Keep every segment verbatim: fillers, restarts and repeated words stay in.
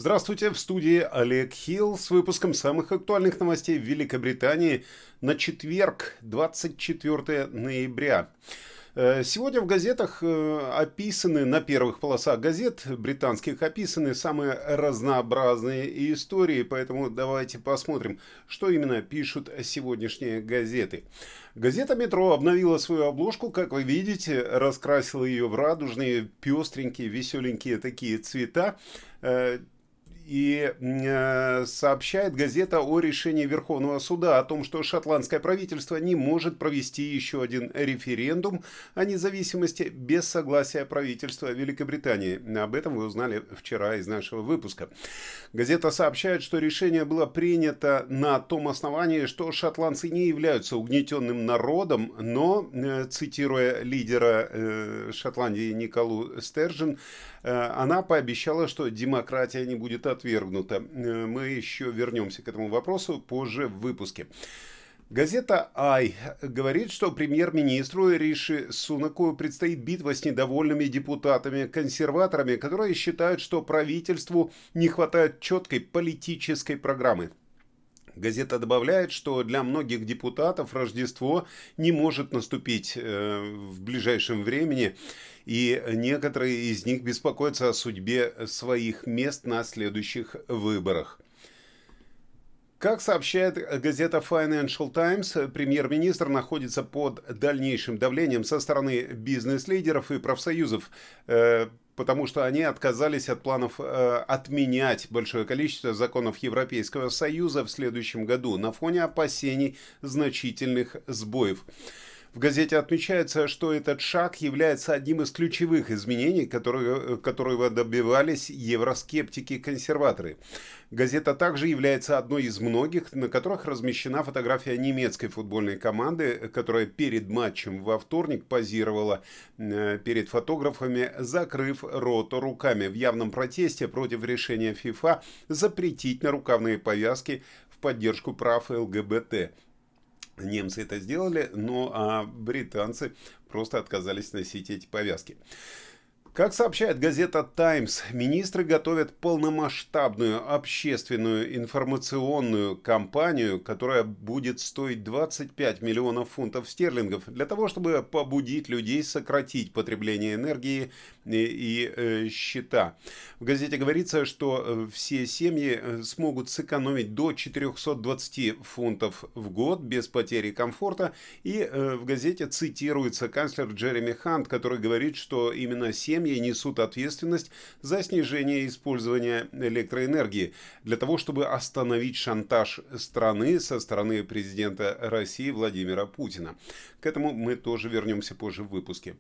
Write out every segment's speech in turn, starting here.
Здравствуйте, в студии Олег Хилл с выпуском самых актуальных новостей в Великобритании на четверг, двадцать четвёртое ноября. Сегодня в газетах описаны, на первых полосах газет британских описаны самые разнообразные истории, поэтому давайте посмотрим, что именно пишут сегодняшние газеты. Газета «Метро» обновила свою обложку, как вы видите, раскрасила ее в радужные, пестренькие, веселенькие такие цвета. И э, сообщает газета о решении Верховного суда о том, что шотландское правительство не может провести еще один референдум о независимости без согласия правительства Великобритании. Об этом вы узнали вчера из нашего выпуска. Газета сообщает, что решение было принято на том основании, что шотландцы не являются угнетенным народом, но, э, цитируя лидера э, Шотландии Николу Стерджен, э, она пообещала, что демократия не будет отвергнута. Мы еще вернемся к этому вопросу позже в выпуске. Газета «Ай» говорит, что премьер-министру Риши Сунаку предстоит битва с недовольными депутатами-консерваторами, которые считают, что правительству не хватает четкой политической программы. Газета добавляет, что для многих депутатов Рождество не может наступить в ближайшем времени, и некоторые из них беспокоятся о судьбе своих мест на следующих выборах. Как сообщает газета Financial Times, премьер-министр находится под дальнейшим давлением со стороны бизнес-лидеров и профсоюзов, потому что они отказались от планов отменять большое количество законов Европейского Союза в следующем году на фоне опасений значительных сбоев. В газете отмечается, что этот шаг является одним из ключевых изменений, которые, которого добивались евроскептики-консерваторы. Газета также является одной из многих, на которых размещена фотография немецкой футбольной команды, которая перед матчем во вторник позировала перед фотографами, закрыв рот руками в явном протесте против решения ФИФА запретить нарукавные повязки в поддержку прав ЛГБТ. Немцы это сделали, но а британцы просто отказались носить эти повязки. Как сообщает газета «Таймс», министры готовят полномасштабную общественную информационную кампанию, которая будет стоить двадцать пять миллионов фунтов стерлингов, для того, чтобы побудить людей сократить потребление энергии и, и э, счета. В газете говорится, что все семьи смогут сэкономить до четырёхсот двадцати фунтов в год без потери комфорта. И э, в газете цитируется канцлер Джереми Хант, который говорит, что именно семьи несут ответственность за снижение использования электроэнергии для того, чтобы остановить шантаж страны со стороны президента России Владимира Путина. К этому мы тоже вернемся позже в выпуске.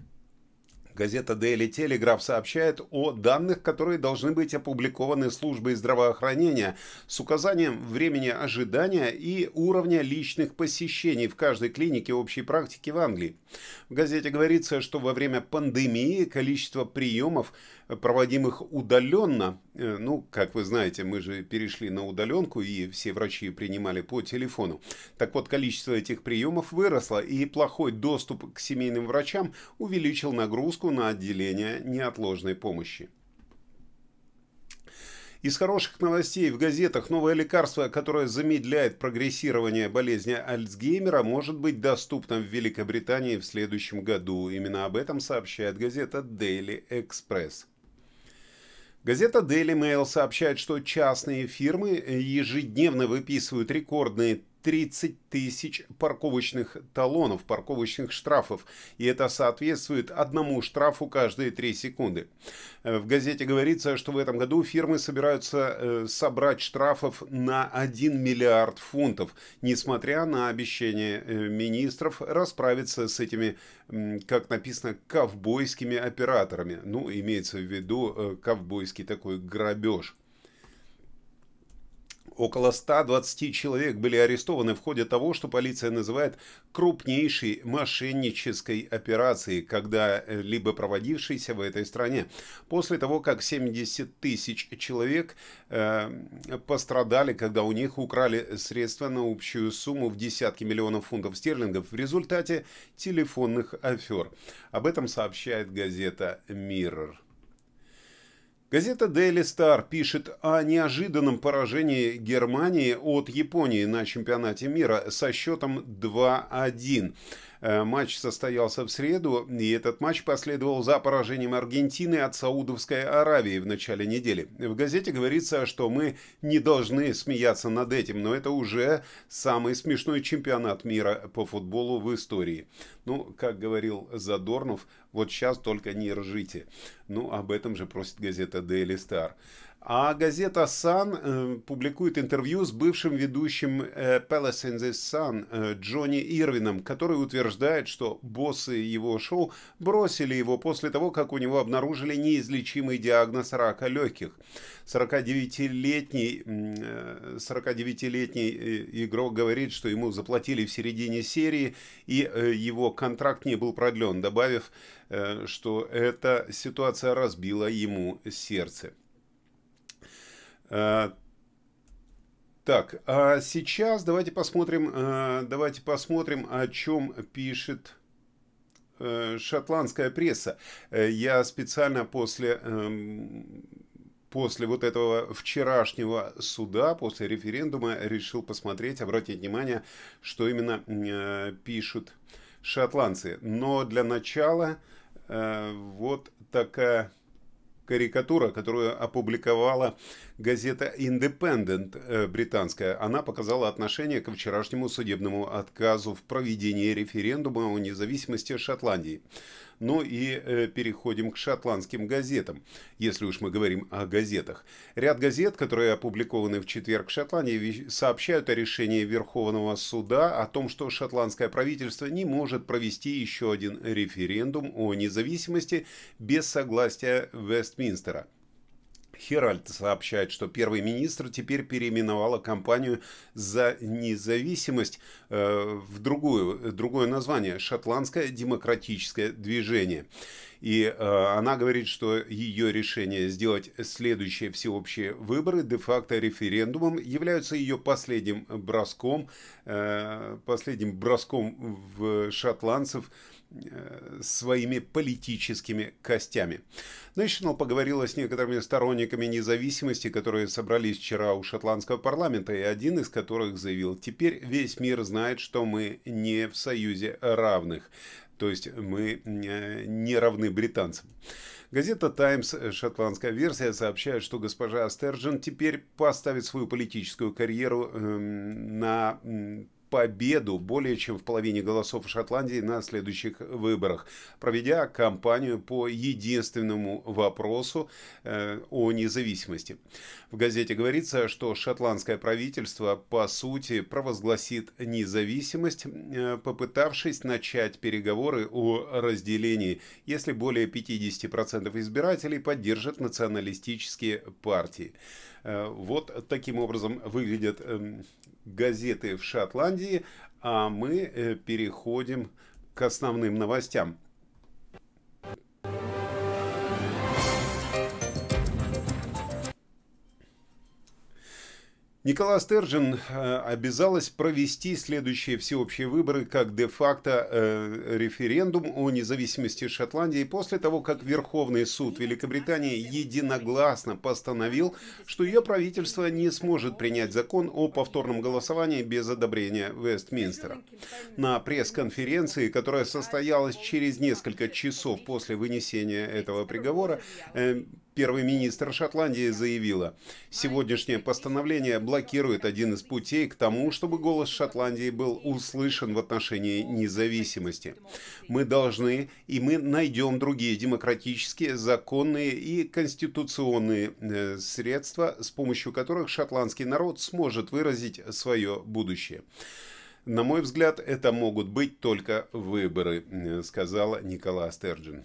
Газета Daily Telegraph сообщает о данных, которые должны быть опубликованы службой здравоохранения с указанием времени ожидания и уровня личных посещений в каждой клинике общей практики в Англии. В газете говорится, что во время пандемии количество приемов, проводимых удаленно, ну, как вы знаете, мы же перешли на удаленку и все врачи принимали по телефону. Так вот, количество этих приемов выросло, и плохой доступ к семейным врачам увеличил нагрузку на отделение неотложной помощи. Из хороших новостей в газетах: новое лекарство, которое замедляет прогрессирование болезни Альцгеймера, может быть доступно в Великобритании в следующем году. Именно об этом сообщает газета Daily Express. Газета Daily Mail сообщает, что частные фирмы ежедневно выписывают рекордные тридцать тысяч парковочных талонов, парковочных штрафов, и это соответствует одному штрафу каждые три секунды. В газете говорится, что в этом году фирмы собираются собрать штрафов на один миллиард фунтов, несмотря на обещание министров расправиться с этими, как написано, ковбойскими операторами. Ну, имеется в виду ковбойский такой грабеж. Около ста двадцати человек были арестованы в ходе того, что полиция называет крупнейшей мошеннической операцией, когда-либо проводившейся в этой стране. После того, как семьдесят тысяч человек э, пострадали, когда у них украли средства на общую сумму в десятки миллионов фунтов стерлингов в результате телефонных афер. Об этом сообщает газета Mirror. Газета Daily Star пишет о неожиданном поражении Германии от Японии на чемпионате мира со счетом два один. Матч состоялся в среду, и этот матч последовал за поражением Аргентины от Саудовской Аравии в начале недели. В газете говорится, что мы не должны смеяться над этим, но это уже самый смешной чемпионат мира по футболу в истории. Ну, как говорил Задорнов, вот сейчас только не ржите. Ну, об этом же просит газета Daily Star. А газета Sun э, публикует интервью с бывшим ведущим э, Palace in the Sun э, Джонни Ирвином, который утверждает, что боссы его шоу бросили его после того, как у него обнаружили неизлечимый диагноз рака легких. сорокадевятилетний э, сорокадевятилетний э, игрок говорит, что ему заплатили в середине серии, и э, его контракт не был продлен, добавив, э, что эта ситуация разбила ему сердце. Так, а сейчас давайте посмотрим, давайте посмотрим, о чем пишет шотландская пресса. Я специально после, после вот этого вчерашнего суда, после референдума, решил посмотреть, обратить внимание, что именно пишут шотландцы. Но для начала вот такая карикатура, которую опубликовала газета Independent британская. Она показала отношение к вчерашнему судебному отказу в проведении референдума о независимости Шотландии. Ну и э, переходим к шотландским газетам, если уж мы говорим о газетах. Ряд газет, которые опубликованы в четверг в Шотландии, сообщают о решении Верховного суда о том, что шотландское правительство не может провести еще один референдум о независимости без согласия Вестминстера. Herald сообщает, что первый министр теперь переименовала кампанию за независимость э, в другую, другое название – Шотландское демократическое движение. И э, она говорит, что ее решение сделать следующие всеобщие выборы де-факто референдумом являются ее последним броском, э, последним броском в шотландцев своими политическими костями. National поговорила с некоторыми сторонниками независимости, которые собрались вчера у шотландского парламента, и один из которых заявил: теперь весь мир знает, что мы не в союзе равных, то есть мы не равны британцам. Газета «Таймс», шотландская версия, сообщает, что госпожа Стерджен теперь поставит свою политическую карьеру э, на победу более чем в половине голосов в Шотландии на следующих выборах, проведя кампанию по единственному вопросу э, о независимости. В газете говорится, что шотландское правительство по сути провозгласит независимость, э, попытавшись начать переговоры о разделении, если более пятидесяти процентов избирателей поддержат националистические партии. Э, вот таким образом выглядят э, газеты в Шотландии, а мы э, переходим к основным новостям. Никола Стерджен э, обязалась провести следующие всеобщие выборы как де-факто э, референдум о независимости Шотландии после того, как Верховный суд Великобритании единогласно постановил, что ее правительство не сможет принять закон о повторном голосовании без одобрения Вестминстера. На пресс-конференции, которая состоялась через несколько часов после вынесения этого приговора, э, Первый министр Шотландии заявила: сегодняшнее постановление блокирует один из путей к тому, чтобы голос Шотландии был услышан в отношении независимости. Мы должны и мы найдем другие демократические, законные и конституционные э, средства, с помощью которых шотландский народ сможет выразить свое будущее. На мой взгляд, это могут быть только выборы, э, сказала Никола Стерджен.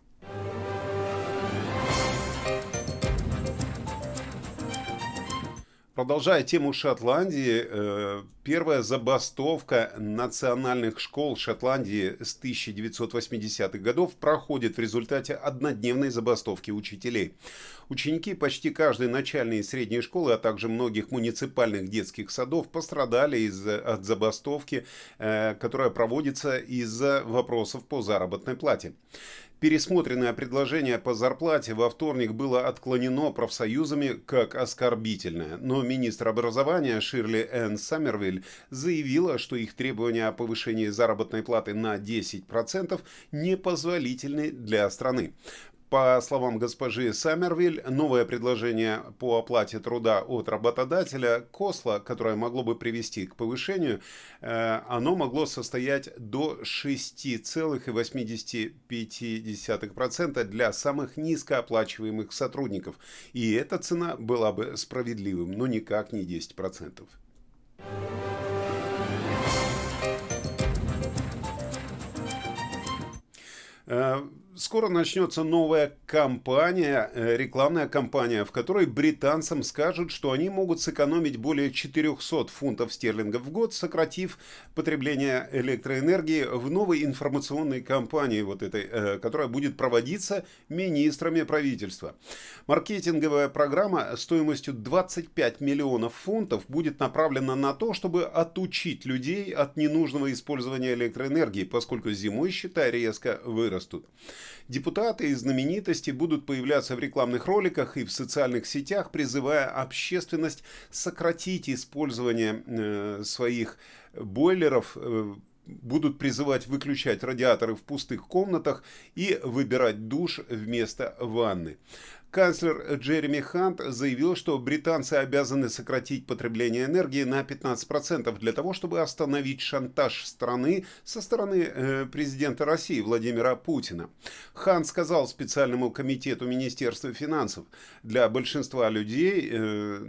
Продолжая тему Шотландии, первая забастовка национальных школ Шотландии с тысяча девятьсот восьмидесятых годов проходит в результате однодневной забастовки учителей. Ученики почти каждой начальной и средней школы, а также многих муниципальных детских садов пострадали из, от забастовки, э, которая проводится из-за вопросов по заработной плате. Пересмотренное предложение по зарплате во вторник было отклонено профсоюзами как оскорбительное, но министр образования Ширли Энн Саммервиль заявила, что их требования о повышении заработной платы на десять процентов непозволительны для страны. По словам госпожи Саммервиль, новое предложение по оплате труда от работодателя КОСЛА, которое могло бы привести к повышению, оно могло состоять до шести целых восьмидесяти пяти десятых процента для самых низкооплачиваемых сотрудников. И эта цена была бы справедливым, но никак не десять процентов. Скоро начнется новая кампания, рекламная кампания, в которой британцам скажут, что они могут сэкономить более четырехсот фунтов стерлингов в год, сократив потребление электроэнергии в новой информационной кампании, вот этой, которая будет проводиться министрами правительства. Маркетинговая программа стоимостью двадцать пять миллионов фунтов будет направлена на то, чтобы отучить людей от ненужного использования электроэнергии, поскольку зимой счета резко вырастут. Депутаты и знаменитости будут появляться в рекламных роликах и в социальных сетях, призывая общественность сократить использование э, своих бойлеров, э, будут призывать выключать радиаторы в пустых комнатах и выбирать душ вместо ванны. Канцлер Джереми Хант заявил, что британцы обязаны сократить потребление энергии на пятнадцать процентов для того, чтобы остановить шантаж страны со стороны э, президента России Владимира Путина. Хант сказал специальному комитету Министерства финансов: для большинства людей э,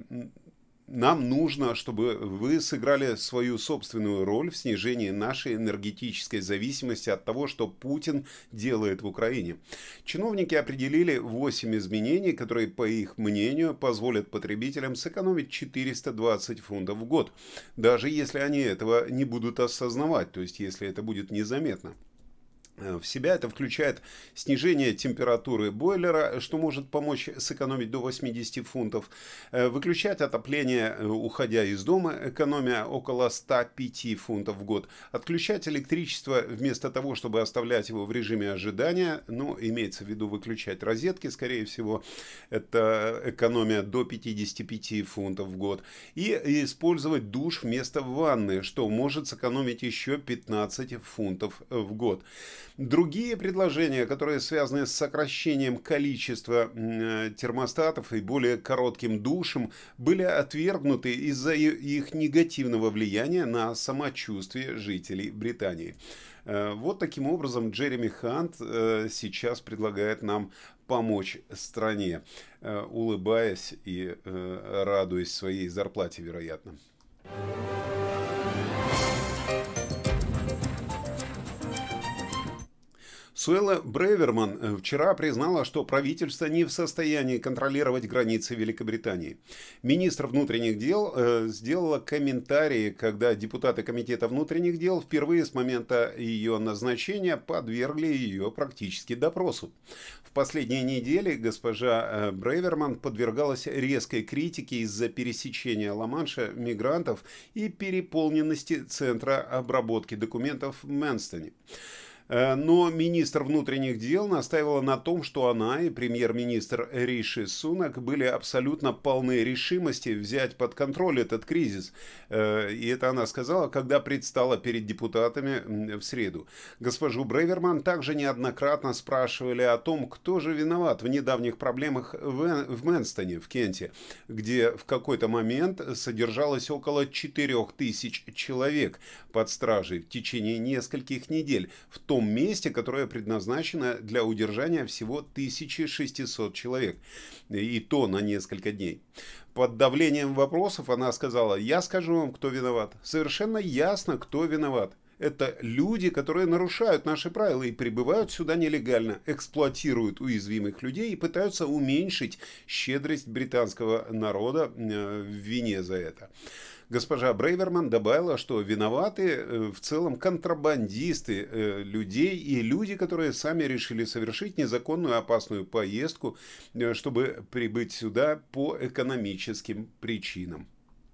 нам нужно, чтобы вы сыграли свою собственную роль в снижении нашей энергетической зависимости от того, что Путин делает в Украине. Чиновники определили восемь изменений, которые, по их мнению, позволят потребителям сэкономить четыреста двадцать фунтов в год, даже если они этого не будут осознавать, то есть если это будет незаметно. В себя это включает снижение температуры бойлера, что может помочь сэкономить до восьмидесяти фунтов, выключать отопление, уходя из дома, экономия около ста пяти фунтов в год, отключать электричество вместо того, чтобы оставлять его в режиме ожидания, ну, имеется в виду выключать розетки, скорее всего, это экономия до пятидесяти пяти фунтов в год, и использовать душ вместо ванны, что может сэкономить еще пятнадцать фунтов в год. Другие предложения, которые связаны с сокращением количества термостатов и более коротким душем, были отвергнуты из-за их негативного влияния на самочувствие жителей Британии. Вот таким образом Джереми Хант сейчас предлагает нам помочь стране, улыбаясь и радуясь своей зарплате, вероятно. Суэлла Брейверман вчера признала, что правительство не в состоянии контролировать границы Великобритании. Министр внутренних дел э, сделала комментарии, когда депутаты Комитета внутренних дел впервые с момента ее назначения подвергли ее практически допросу. В последние недели госпожа Брейверман подвергалась резкой критике из-за пересечения Ла-Манша мигрантов и переполненности Центра обработки документов в Мэнстоне. Но министр внутренних дел настаивала на том, что она и премьер-министр Риши Сунак были абсолютно полны решимости взять под контроль этот кризис. И это она сказала, когда предстала перед депутатами в среду. Госпожу Брейверман также неоднократно спрашивали о том, кто же виноват в недавних проблемах в Мэнстоне, в Кенте, где в какой-то момент содержалось около четырёх тысяч человек под стражей в течение нескольких недель, в том месте, которое предназначено для удержания всего тысячи шестисот человек, и то на несколько дней. Под давлением вопросов она сказала: «Я скажу вам, кто виноват. Совершенно ясно, кто виноват. Это люди, которые нарушают наши правила и прибывают сюда нелегально, эксплуатируют уязвимых людей и пытаются уменьшить щедрость британского народа в вине за это. Госпожа Брейверман добавила, что виноваты в целом контрабандисты людей и люди, которые сами решили совершить незаконную опасную поездку, чтобы прибыть сюда по экономическим причинам.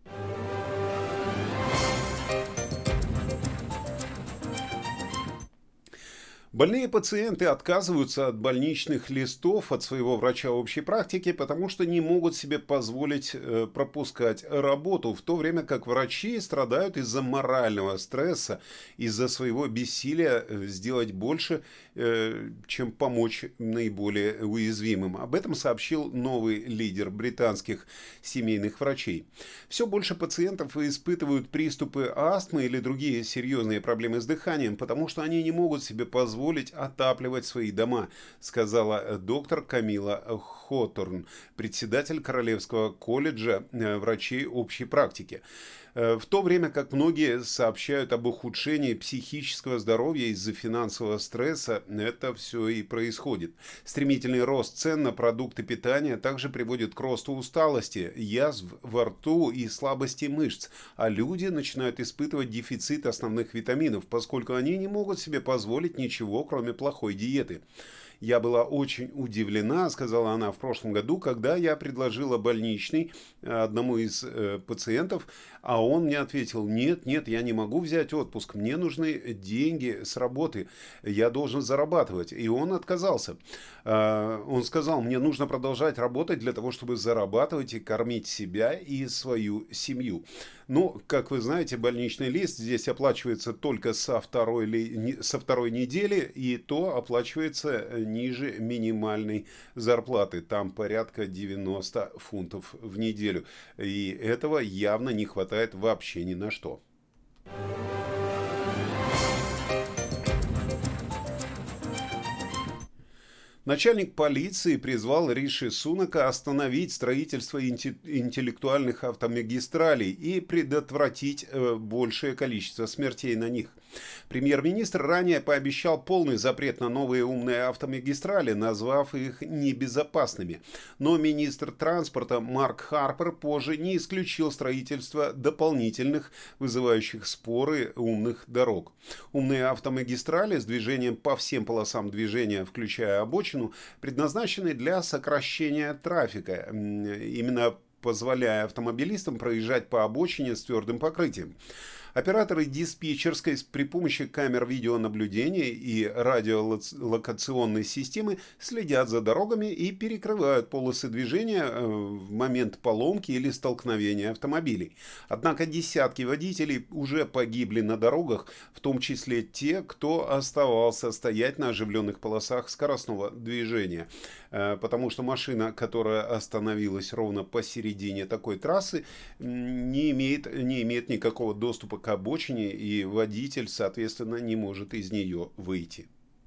Больные пациенты отказываются от больничных листов от своего врача общей практики, потому что не могут себе позволить пропускать работу, в то время как врачи страдают из-за морального стресса, из-за своего бессилия сделать больше, чем помочь наиболее уязвимым. Об этом сообщил новый лидер британских семейных врачей. Все больше пациентов испытывают приступы астмы или другие серьезные проблемы с дыханием, потому что они не могут себе позволить отапливать свои дома, сказала доктор Камила Хоторн, председатель Королевского колледжа врачей общей практики. В то время как многие сообщают об ухудшении психического здоровья из-за финансового стресса, это все и происходит. Стремительный рост цен на продукты питания также приводит к росту усталости, язв во рту и слабости мышц, а люди начинают испытывать дефицит основных витаминов, поскольку они не могут себе позволить ничего, кроме плохой диеты. «Я была очень удивлена», — сказала она в прошлом году, когда я предложила больничный одному из э, пациентов, а он мне ответил: «Нет, нет, я не могу взять отпуск, мне нужны деньги с работы, я должен зарабатывать». И он отказался. Э, он сказал: «Мне нужно продолжать работать для того, чтобы зарабатывать и кормить себя и свою семью». Ну, как вы знаете, больничный лист здесь оплачивается только со второй, со второй недели, и то оплачивается ниже минимальной зарплаты. Там порядка девяносто фунтов в неделю. И этого явно не хватает вообще ни на что. Начальник полиции призвал Риши Сунака остановить строительство интеллектуальных автомагистралей и предотвратить большее количество смертей на них. Премьер-министр ранее пообещал полный запрет на новые умные автомагистрали, назвав их небезопасными. Но министр транспорта Марк Харпер позже не исключил строительство дополнительных, вызывающих споры, умных дорог. Умные автомагистрали с движением по всем полосам движения, включая обочину, предназначены для сокращения трафика, именно позволяя автомобилистам проезжать по обочине с твердым покрытием. Операторы диспетчерской при помощи камер видеонаблюдения и радиолокационной системы следят за дорогами и перекрывают полосы движения в момент поломки или столкновения автомобилей. Однако десятки водителей уже погибли на дорогах, в том числе те, кто оставался стоять на оживленных полосах скоростного движения. Потому что машина, которая остановилась ровно посередине такой трассы, не имеет, не имеет никакого доступа к обочине, и водитель, соответственно, не может из нее выйти.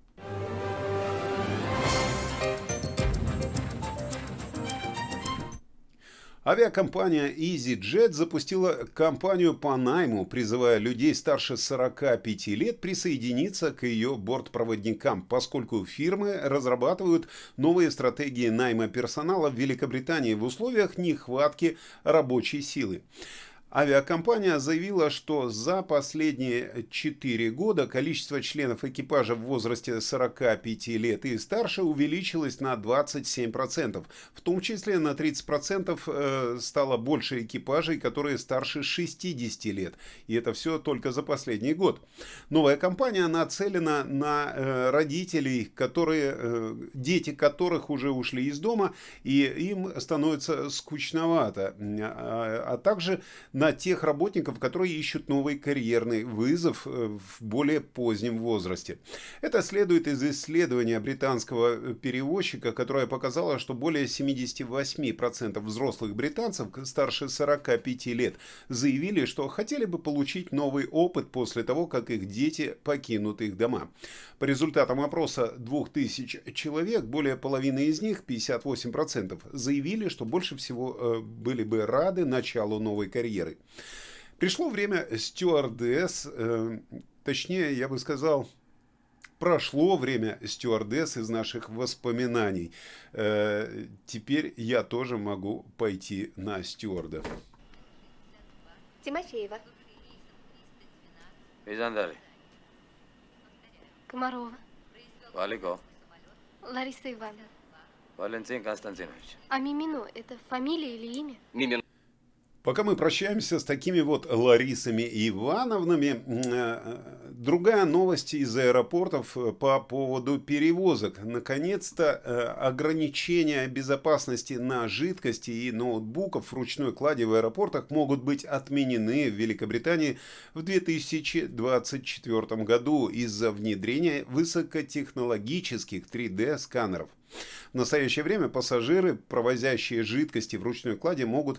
Авиакомпания EasyJet запустила кампанию по найму, призывая людей старше сорока пяти лет присоединиться к ее бортпроводникам, поскольку фирмы разрабатывают новые стратегии найма персонала в Великобритании в условиях нехватки рабочей силы. Авиакомпания заявила, что за последние четыре года количество членов экипажа в возрасте сорока пяти лет и старше увеличилось на двадцать семь процентов. В том числе на тридцать процентов стало больше экипажей, которые старше шестидесяти лет. И это все только за последний год. Новая компания нацелена на родителей, которые, дети которых уже ушли из дома, и им становится скучновато. А также на на тех работников, которые ищут новый карьерный вызов в более позднем возрасте. Это следует из исследования британского перевозчика, которое показало, что более семидесяти восьми процентов взрослых британцев старше сорока пяти лет заявили, что хотели бы получить новый опыт после того, как их дети покинут их дома. По результатам опроса двух тысяч человек, более половины из них, пятьдесят восемь процентов, заявили, что больше всего были бы рады началу новой карьеры. Пришло время стюардесс, точнее, я бы сказал, прошло время стюардесс из наших воспоминаний. Э, теперь я тоже могу пойти на стюарда. Тимофеева. Визандали. Комарова. Валико. Лариса Ивановна. Валентин Константинович. А Мимино – это фамилия или имя? Мимин. Пока мы прощаемся с такими вот Ларисами Ивановнами, другая новость из аэропортов по поводу перевозок. Наконец-то ограничения безопасности на жидкости и ноутбуков в ручной кладе в аэропортах могут быть отменены в Великобритании в две тысячи двадцать четвёртом году из-за внедрения высокотехнологических три дэ сканеров. В настоящее время пассажиры, провозящие жидкости в ручной кладе, могут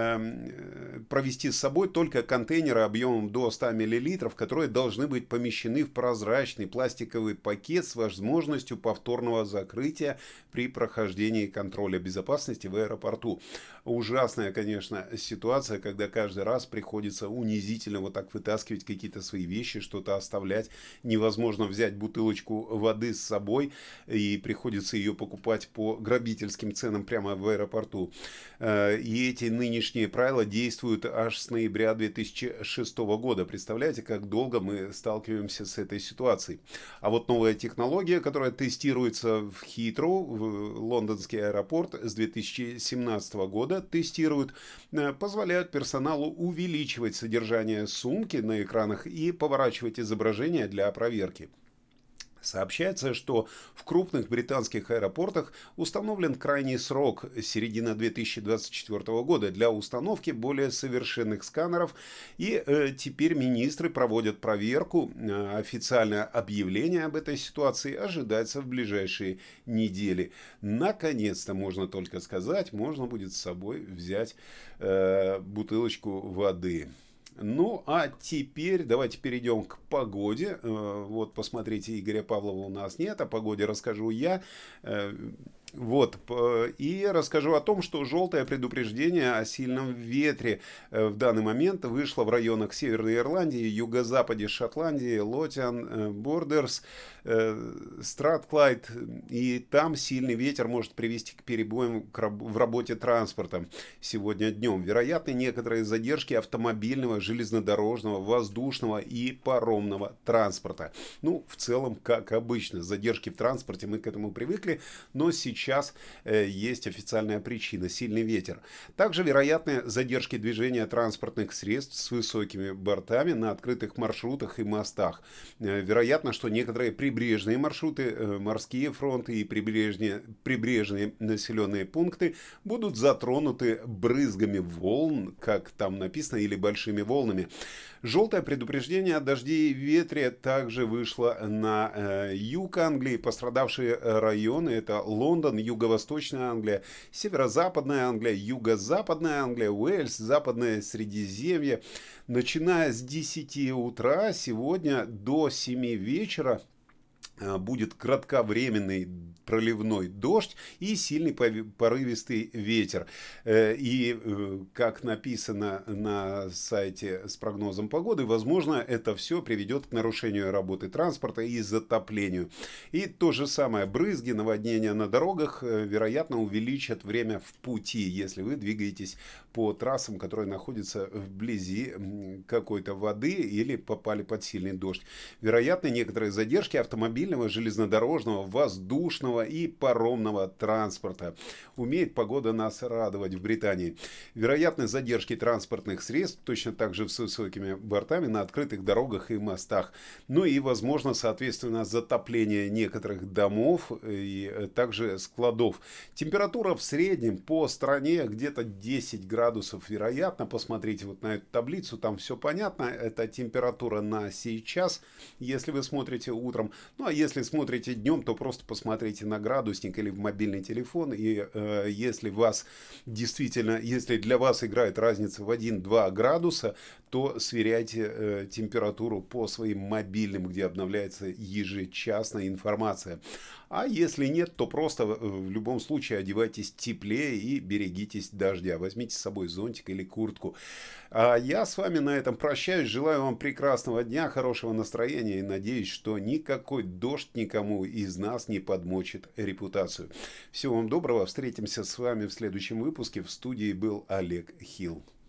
э, провести с собой только контейнеры объемом до ста миллилитров, которые должны быть помещены в прозрачный пластиковый пакет с возможностью повторного закрытия при прохождении контроля безопасности в аэропорту. Ужасная, конечно, ситуация, когда каждый раз приходится унизительно вот так вытаскивать какие-то свои вещи, что-то оставлять. Невозможно взять бутылочку воды с собой, и приходится ее покупать по грабительским ценам прямо в аэропорту. И эти нынешние правила действуют аж с ноября две тысячи шестого года. Представляете, как долго мы сталкиваемся с этой ситуацией. А вот новая технология, которая тестируется в Хитроу, в лондонский аэропорт с две тысячи семнадцатого года, тестируют, позволяют персоналу увеличивать содержание сумки на экранах и поворачивать изображение для проверки. Сообщается, что в крупных британских аэропортах установлен крайний срок середина две тысячи двадцать четвёртого года для установки более совершенных сканеров, и э, теперь министры проводят проверку. Э, официальное объявление об этой ситуации ожидается в ближайшие недели. Наконец-то, можно только сказать, можно будет с собой взять э, бутылочку воды. Ну, а теперь давайте перейдем к погоде. Вот, посмотрите, Игоря Павлова у нас нет, о погоде расскажу я. Вот, и расскажу о том, что желтое предупреждение о сильном ветре в данный момент вышло в районах Северной Ирландии, юго-западе Шотландии, Лотиан, Бордерс, Стратклайд. И там сильный ветер может привести к перебоям в работе транспорта сегодня днем. Вероятны некоторые задержки автомобильного, железнодорожного, воздушного и паромного транспорта. Ну, в целом, как обычно, задержки в транспорте, мы к этому привыкли, но сейчас Сейчас э, есть официальная причина – сильный ветер. Также вероятны задержки движения транспортных средств с высокими бортами на открытых маршрутах и мостах. Э, вероятно, что некоторые прибрежные маршруты, э, морские фронты и прибрежные, прибрежные населенные пункты будут затронуты брызгами волн, как там написано, или большими волнами. Желтое предупреждение о дожде и ветре также вышло на э, юг Англии. Пострадавшие районы – это Лондон, юго-восточная Англия, северо-западная Англия, юго-западная Англия, Уэльс, западное Средиземье. Начиная с десяти утра сегодня до семи вечера будет кратковременный проливной дождь и сильный порывистый ветер. И, как написано на сайте с прогнозом погоды, возможно, это все приведет к нарушению работы транспорта и затоплению. И то же самое, брызги, наводнения на дорогах, вероятно, увеличат время в пути, если вы двигаетесь по трассам, которые находятся вблизи какой-то воды или попали под сильный дождь. Вероятно, некоторые задержки автомобильного, железнодорожного, воздушного и паромного транспорта. Умеет погода нас радовать в Британии. Вероятны задержки транспортных средств, точно так же с высокими бортами на открытых дорогах и мостах. Ну и, возможно, соответственно, затопление некоторых домов и также складов. Температура в среднем по стране где-то десять градусов вероятно. Посмотрите вот на эту таблицу, там все понятно. Это температура на сейчас, если вы смотрите утром. Ну а если смотрите днем, то просто посмотрите на градусник или в мобильный телефон. И э, если вас действительно, если для вас играет разница в один-два градуса, то сверяйте э, температуру по своим мобильным, где обновляется ежечасная информация. А если нет, то просто в любом случае одевайтесь теплее и берегитесь дождя. Возьмите с собой зонтик или куртку. А я с вами на этом прощаюсь. Желаю вам прекрасного дня, хорошего настроения и надеюсь, что никакой дождь никому из нас не подмочит репутацию. Всего вам доброго. Встретимся с вами в следующем выпуске. В студии был Олег Хилл.